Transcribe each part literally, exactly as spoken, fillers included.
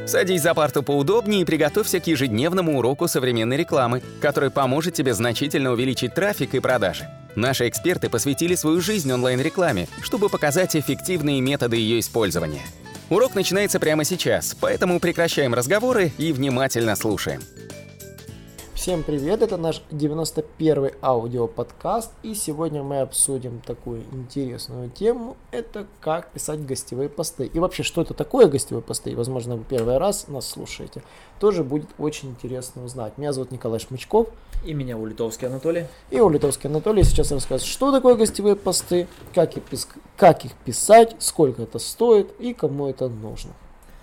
Садись за парту поудобнее и приготовься к ежедневному уроку современной рекламы, который поможет тебе значительно увеличить трафик и продажи. Наши эксперты посвятили свою жизнь онлайн-рекламе, чтобы показать эффективные методы ее использования. Урок начинается прямо сейчас, поэтому прекращаем разговоры и внимательно слушаем. Всем привет, это наш девяносто первый аудиоподкаст, и сегодня мы обсудим такую интересную тему, это как писать гостевые посты. И вообще, что это такое гостевые посты, и, возможно, вы первый раз нас слушаете, тоже будет очень интересно узнать. Меня зовут Николай Шмычков. И меня Улитовский Анатолий. И Улитовский Анатолий сейчас расскажет, что такое гостевые посты, как их, пис... как их писать, сколько это стоит и кому это нужно.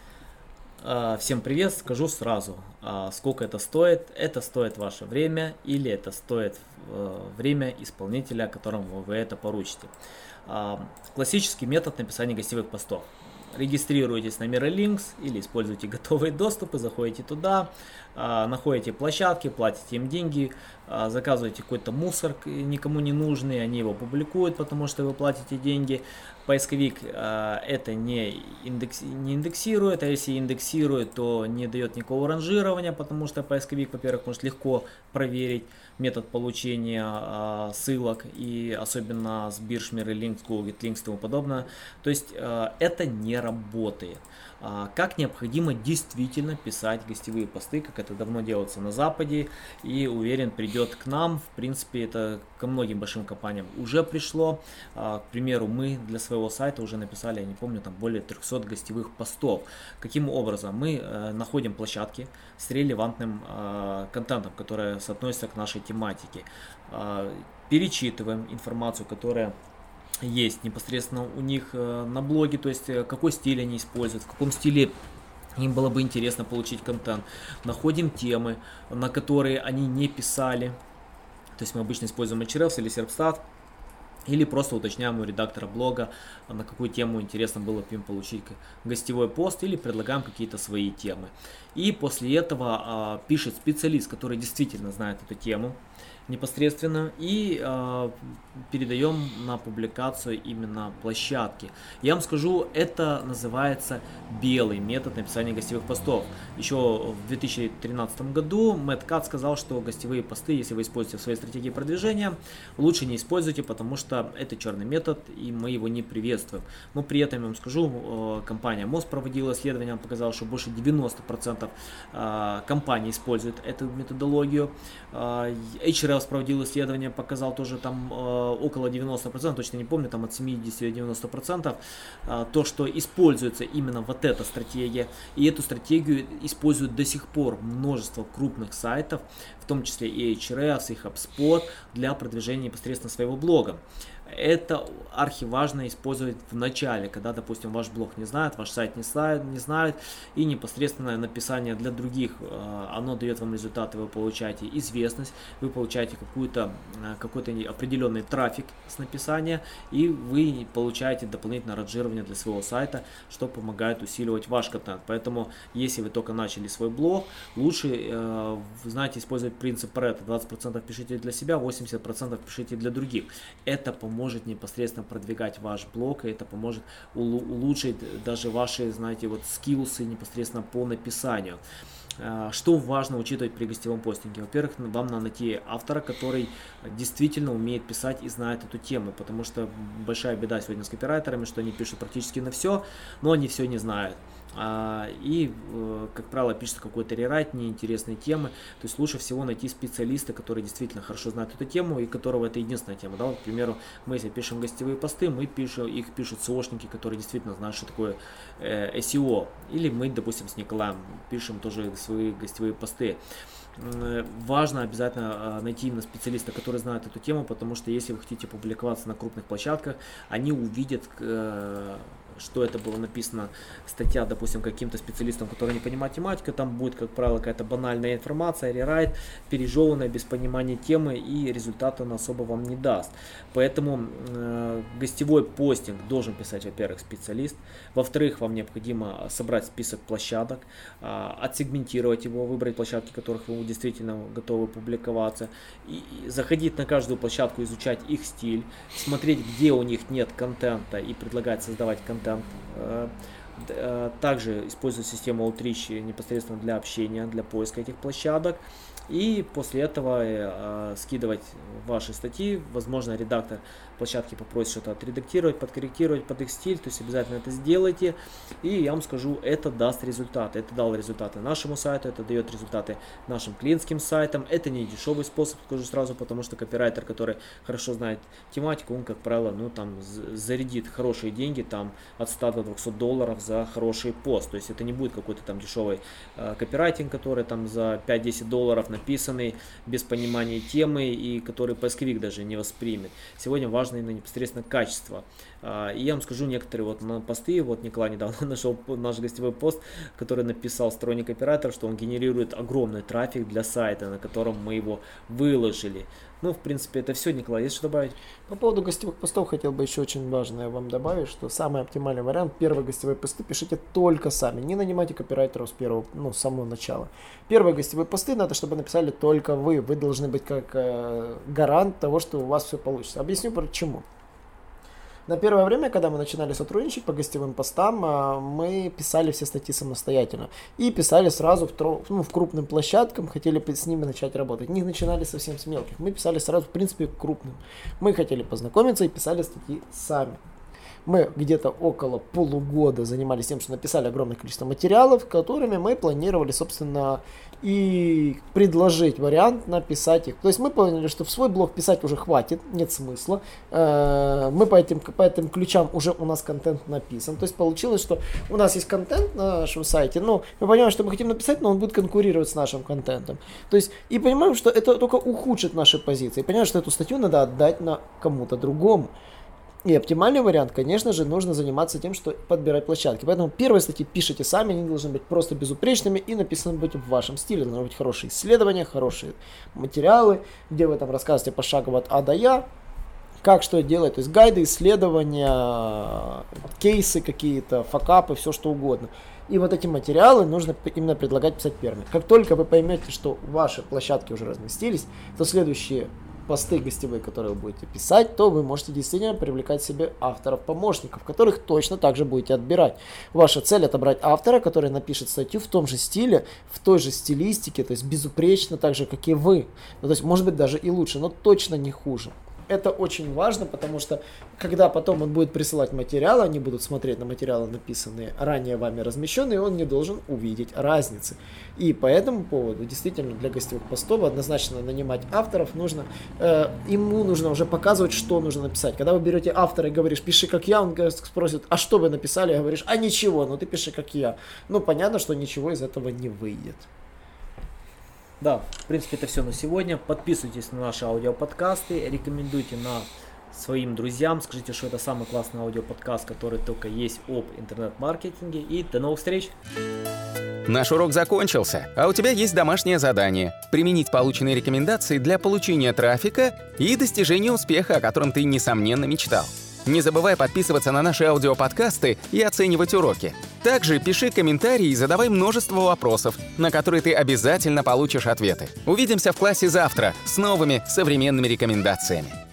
Всем привет, скажу сразу, сколько это стоит. Это стоит ваше время или это стоит время исполнителя, которому вы это поручите. Классический метод написания гостевых постов. Регистрируйтесь на Miralinks или используйте готовые доступы, заходите туда, находите площадки, платите им деньги, заказываете какой-то мусор никому не нужный, они его публикуют, потому что вы платите деньги. Поисковик это не, индекс, не индексирует, а если индексирует, то не дает никакого ранжирования, потому что поисковик, во-первых, может легко проверить метод получения э, ссылок, и особенно с бирж Miralinks, Google Links и тому подобное. То есть э, это не работает. А, как необходимо действительно писать гостевые посты, как это давно делается на Западе, и уверен, придет к нам. В принципе, это ко многим большим компаниям уже пришло. А, к примеру, мы для своего сайта уже написали, я не помню, там более трехсот гостевых постов. Каким образом? Мы э, находим площадки с релевантным э, контентом, который соотносится к нашей тематике. Э, перечитываем информацию, которая есть непосредственно у них на блоге, то есть какой стиль они используют, в каком стиле им было бы интересно получить контент. Находим темы, на которые они не писали, то есть мы обычно используем эйч ар эл или Serpstat, или просто уточняем у редактора блога, на какую тему интересно было бы им получить гостевой пост, или предлагаем какие-то свои темы. И после этого э, пишет специалист, который действительно знает эту тему непосредственно, и э, передаем на публикацию именно площадки. Я вам скажу, это называется белый метод написания гостевых постов. Еще в две тысячи тринадцатом году Мэтт Катц сказал, что гостевые посты, если вы используете в своей стратегии продвижения, лучше не используйте, потому что это черный метод, и мы его не приветствуем. Но при этом я вам скажу, э, компания Moz проводила исследование, она показала, что больше девяноста процентов э, компаний используют эту методологию. Э, эйч ар эл проводил исследование, показал тоже там э, около девяноста процентов, точно не помню, там от семидесяти до девяноста процентов, э, то, что используется именно вот эта стратегия. И эту стратегию используют до сих пор множество крупных сайтов, в том числе и эйч ар эл, и HubSpot, для продвижения непосредственно своего блога. Это архиважно использовать в начале, когда, допустим, ваш блог не знает, ваш сайт не знает, не знает, и непосредственное написание для других, оно дает вам результаты, вы получаете известность, вы получаете какую-то, какой-то определенный трафик с написания, и вы получаете дополнительное ранжирование для своего сайта, что помогает усиливать ваш контент. Поэтому, если вы только начали свой блог, лучше, знаете, использовать принцип Парето. двадцать процентов пишите для себя, восемьдесят процентов пишите для других. Это поможет может непосредственно продвигать ваш блог, и это поможет улучшить даже ваши, знаете, вот скиллсы непосредственно по написанию. Что важно учитывать при гостевом постинге? Во-первых, вам надо найти автора, который действительно умеет писать и знает эту тему, потому что большая беда сегодня с копирайтерами, что они пишут практически на все, но они все не знают. И, как правило, пишут какой-то рерайт, неинтересные темы. То есть лучше всего найти специалиста, который действительно хорошо знает эту тему и которого это единственная тема. Да? Вот, к примеру, мы если пишем гостевые посты, мы пишем, их пишут сеошники, которые действительно знают, что такое эс и о. Или мы, допустим, с Николаем пишем тоже свои гостевые посты. Важно обязательно найти именно специалиста, который знает эту тему, потому что если вы хотите публиковаться на крупных площадках, они увидят, что это было написано, статья, допустим, каким-то специалистом, который не понимает тематику, там будет, как правило, какая-то банальная информация, рерайт, пережеванная, без понимания темы, и результата она особо вам не даст. Поэтому э, гостевой постинг должен писать, во-первых, специалист, во-вторых, вам необходимо собрать список площадок, э, отсегментировать его, выбрать площадки, в которых вы действительно готовы публиковаться, и, и заходить на каждую площадку, изучать их стиль, смотреть, где у них нет контента, и предлагать создавать контент. Также использую систему Outreach непосредственно для общения, для поиска этих площадок. И после этого э, скидывать ваши статьи. Возможно, редактор площадки попросит что-то отредактировать, подкорректировать под их стиль. То есть обязательно это сделайте. И я вам скажу, это даст результаты. Это дало результаты нашему сайту, это дает результаты нашим клиентским сайтам. Это не дешевый способ, скажу сразу, потому что копирайтер, который хорошо знает тематику, он, как правило, ну там зарядит хорошие деньги, там от ста до двухсот долларов за хороший пост. То есть это не будет какой-то там дешевый э, копирайтинг, который там за пять-десять долларов написанный без понимания темы и который поисковик даже не воспримет. Сегодня важно именно непосредственно качество. И я вам скажу некоторые вот на посты, вот Николай недавно нашел наш гостевой пост, который написал сторонник оператор, что он генерирует огромный трафик для сайта, на котором мы его выложили. Ну, в принципе, это все. Николай, есть что добавить? По поводу гостевых постов хотел бы еще очень важное вам добавить, что самый оптимальный вариант, первые гостевые посты пишите только сами, не нанимайте копирайтеров с первого, ну, с самого начала. Первые гостевые посты надо, чтобы написали только вы, вы должны быть как э, гарант того, что у вас все получится. Объясню почему. На первое время, когда мы начинали сотрудничать по гостевым постам, мы писали все статьи самостоятельно. И писали сразу в, тро, ну, в крупным площадкам, хотели с ними начать работать. Не начинали совсем с мелких. Мы писали сразу, в принципе, крупным. Мы хотели познакомиться и писали статьи сами. Мы где-то около полугода занимались тем, что написали огромное количество материалов, которыми мы планировали, собственно, и предложить вариант написать их. То есть мы поняли, что в свой блог писать уже хватит, нет смысла. Мы по этим, по этим ключам уже у нас контент написан. То есть получилось, что у нас есть контент на нашем сайте, но мы понимаем, что мы хотим написать, но он будет конкурировать с нашим контентом. То есть и понимаем, что это только ухудшит наши позиции. Понимаем, что эту статью надо отдать на кому-то другому. И оптимальный вариант, конечно же, нужно заниматься тем, что подбирать площадки. Поэтому первые статьи пишите сами, они должны быть просто безупречными и написаны быть в вашем стиле. Должны быть хорошие исследования, хорошие материалы, где вы там рассказываете пошагово от А до Я, как что делать, то есть гайды, исследования, кейсы какие-то, факапы, все что угодно. И вот эти материалы нужно именно предлагать писать первыми. Как только вы поймете, что ваши площадки уже разместились, то следующие посты гостевые, которые вы будете писать, то вы можете действительно привлекать себе авторов-помощников, которых точно так же будете отбирать. Ваша цель отобрать автора, который напишет статью в том же стиле, в той же стилистике, то есть безупречно так же, как и вы. Ну, то есть может быть даже и лучше, но точно не хуже. Это очень важно, потому что когда потом он будет присылать материалы, они будут смотреть на материалы, написанные ранее вами размещенные, он не должен увидеть разницы. И по этому поводу действительно для гостевых постов однозначно нанимать авторов нужно, э, ему нужно уже показывать, что нужно написать. Когда вы берете автора и говоришь, пиши как я, он спросит, а что вы написали? И говоришь, а ничего, ну ты пиши как я. Ну понятно, что ничего из этого не выйдет. Да, в принципе, это все на сегодня. Подписывайтесь на наши аудиоподкасты, рекомендуйте на своим друзьям, скажите, что это самый классный аудиоподкаст, который только есть об интернет-маркетинге. И до новых встреч! Наш урок закончился, а у тебя есть домашнее задание – применить полученные рекомендации для получения трафика и достижения успеха, о котором ты, несомненно, мечтал. Не забывай подписываться на наши аудиоподкасты и оценивать уроки. Также пиши комментарии и задавай множество вопросов, на которые ты обязательно получишь ответы. Увидимся в классе завтра с новыми современными рекомендациями.